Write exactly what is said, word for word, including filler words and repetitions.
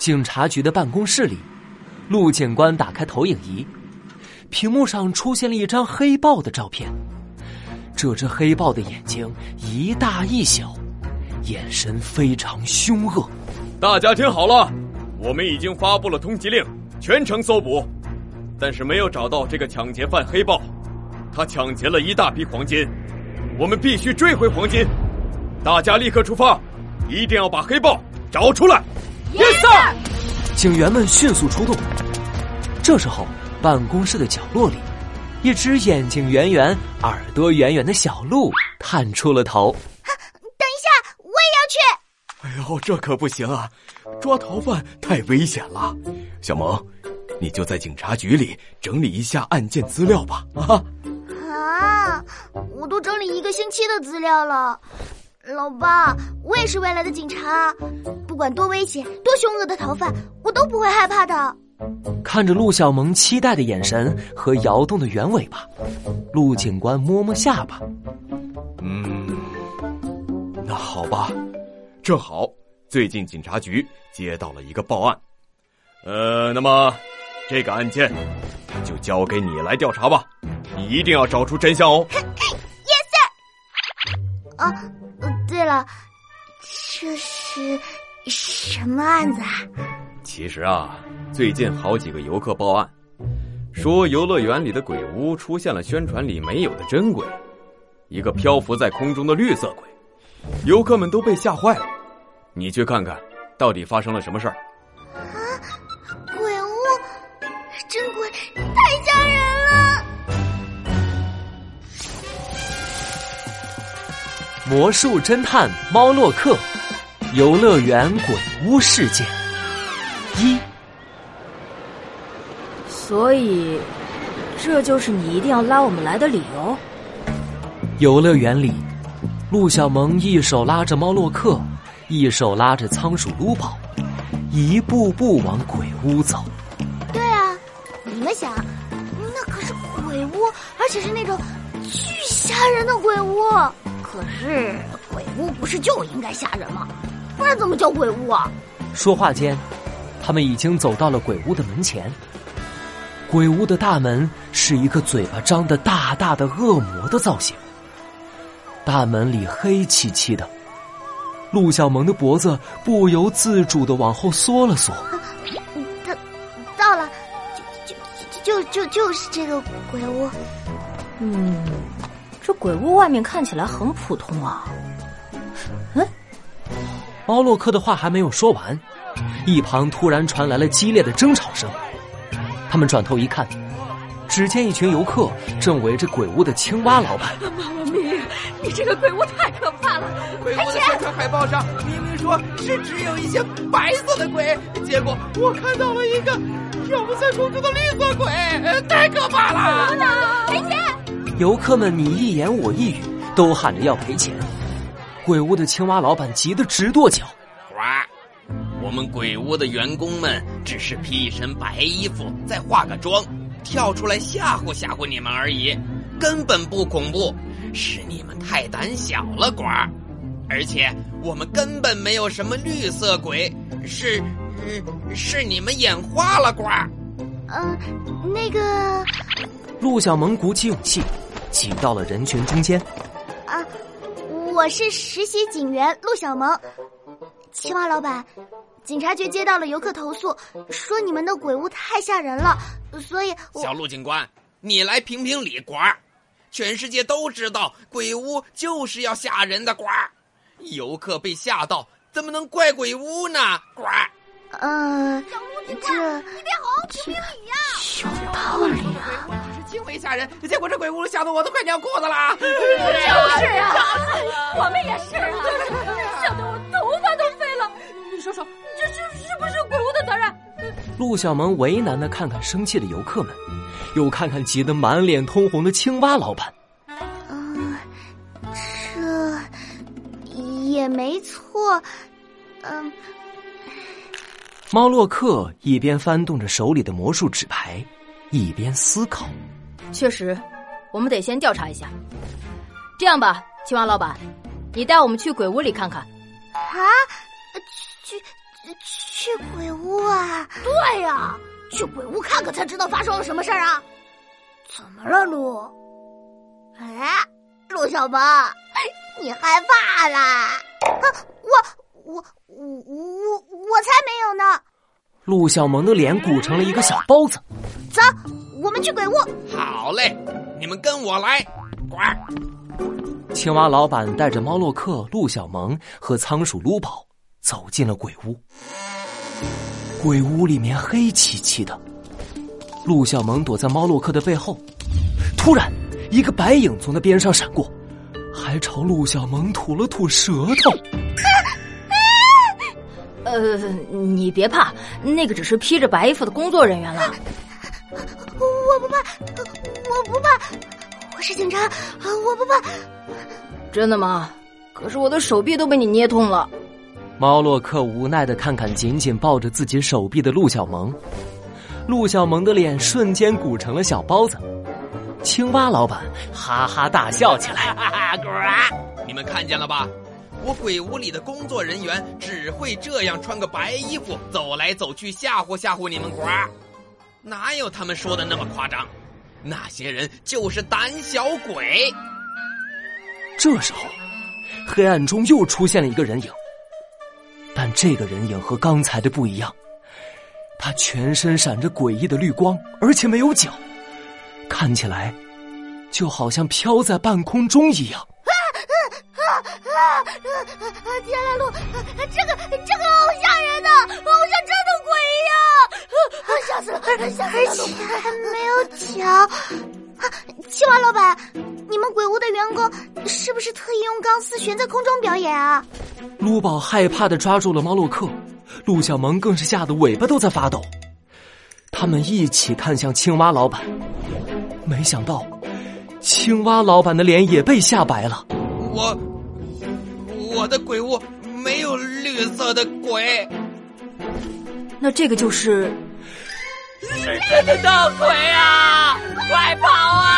警察局的办公室里，陆警官打开投影仪，屏幕上出现了一张黑豹的照片。这只黑豹的眼睛一大一小，眼神非常凶恶。 大家听好了，我们已经发布了通缉令，全城搜捕，但是没有找到这个抢劫犯黑豹。他抢劫了一大批黄金，我们必须追回黄金。大家立刻出发，一定要把黑豹找出来。 Yes sir。 警员们迅速出动。这时候，办公室的角落里，一只眼睛圆圆、耳朵圆圆的小鹿探出了头。 等一下，我也要去。哎呦，这可不行啊！抓逃犯太危险了。小萌，你就在警察局里整理一下案件资料吧。啊啊！我都整理一个星期的资料了。老爸，我也是未来的警察，不管多危险、多凶恶的逃犯，我都不会害怕的。 看着陆小萌期待的眼神和摇动的圆尾巴，陆警官摸摸下巴。 嗯，那好吧，正好最近警察局接到了一个报案，呃，那么这个案件就交给你来调查吧，你一定要找出真相哦。 Yes sir。啊，对了，这是什么案子啊？ 其实啊，最近好几个游客报案，说游乐园里的鬼屋出现了宣传里没有的真鬼，一个漂浮在空中的绿色鬼，游客们都被吓坏了。你去看看，到底发生了什么事儿？ 啊，鬼屋，真鬼，太吓人了！ 魔术侦探猫洛克，游乐园鬼屋事件一。 所以，这就是你一定要拉我们来的理由。 游乐园里，陆小萌一手拉着猫洛克，一手拉着仓鼠鲁宝，一步步往鬼屋走。 对啊，你们想，那可是鬼屋，而且是那种巨吓人的鬼屋。可是鬼屋不是就应该吓人吗？不然怎么叫鬼屋啊？ 说话间，他们已经走到了鬼屋的门前。鬼屋的大门是一个嘴巴张得大大的恶魔的造型，大门里黑漆漆的，陆小萌的脖子不由自主地往后缩了缩。 到到了，就就就就就是这个鬼屋。 嗯，这鬼屋外面看起来很普通啊。嗯， 猫洛克的话还没有说完，一旁突然传来了激烈的争吵声。他们转头一看，只见一群游客正围着鬼屋的青蛙老板。 妈妈咪，你这个鬼屋太可怕了！ 鬼屋的宣传海报上明明说是只有一些白色的鬼，结果我看到了一个漂浮在空中的绿色鬼，太可怕了！ 赔钱！ 游客们你一言我一语，都喊着要赔钱。鬼屋的青蛙老板急得直跺脚。 哇！我们鬼屋的员工们只是披一身白衣服，再化个妆，跳出来吓唬吓唬你们而已，根本不恐怖，是你们太胆小了，呱！而且我们根本没有什么绿色鬼，是，呃、是你们眼花了，呱！ 嗯、呃，那个…… 陆小萌鼓起勇气，挤到了人群中间。 啊，我是实习警员陆小萌。青蛙老板，警察局接到了游客投诉，说你们的鬼屋太吓人了，所以我…… 小陆警官，你来评评理，呱！全世界都知道鬼屋就是要吓人的，呱！游客被吓到，怎么能怪鬼屋呢，呱？ 呃， 小陆警这官，你别吼，评评理呀！ 有道理啊！ 是轻微吓人，结果这鬼屋吓得我都快尿裤子了。 就是啊，我们也是啊，吓得我头发都飞了。你说说，这是是不是鬼屋的责任？ 陆小萌为难地看看生气的游客们，又看看急得满脸通红的青蛙老板。 嗯、呃，这也没错。嗯、呃。 猫洛克一边翻动着手里的魔术纸牌，一边思考。 确实，我们得先调查一下。这样吧，青蛙老板，你带我们去鬼屋里看看。 啊？去去鬼屋啊？对呀、啊，去鬼屋看看才知道发生了什么事儿啊！怎么了，鹿？哎，鹿小萌，你害怕啦？啊，我我我我我才没有呢！ 陆小萌的脸鼓成了一个小包子。 走，我们去鬼屋。 好嘞，你们跟我来，呱！ 青蛙老板带着猫洛克、陆小萌和仓鼠卢宝走进了鬼屋。鬼屋里面黑漆漆的，陆小萌躲在猫洛克的背后，突然一个白影从他边上闪过，还朝陆小萌吐了吐舌头。 呃，你别怕，那个只是披着白衣服的工作人员了。 我不怕，我不怕，我是警察，我不怕。 真的吗？可是我的手臂都被你捏痛了。 猫洛克无奈地看看紧紧抱着自己手臂的陆小萌，陆小萌的脸瞬间鼓成了小包子。青蛙老板哈哈大笑起来，哈哈，呱！ 你们看见了吧？我鬼屋里的工作人员只会这样穿个白衣服走来走去，吓唬吓唬你们，呱！哪有他们说的那么夸张？那些人就是胆小鬼。 这时候，黑暗中又出现了一个人影，但这个人影和刚才的不一样，他全身闪着诡异的绿光，而且没有脚，看起来就好像飘在半空中一样。 天啦，鹿，这个这个好吓人的，好像真的鬼一样，吓死了，吓死了！而且还没有脚。青蛙老板，你们鬼屋的员工是不是特意用钢丝悬在空中表演啊？ 卢宝害怕地抓住了猫洛克，陆小萌更是吓得尾巴都在发抖。他们一起看向青蛙老板，没想到青蛙老板的脸也被吓白了。 我我的鬼屋没有绿色的鬼。 那这个就是是真的闹鬼啊！快跑啊！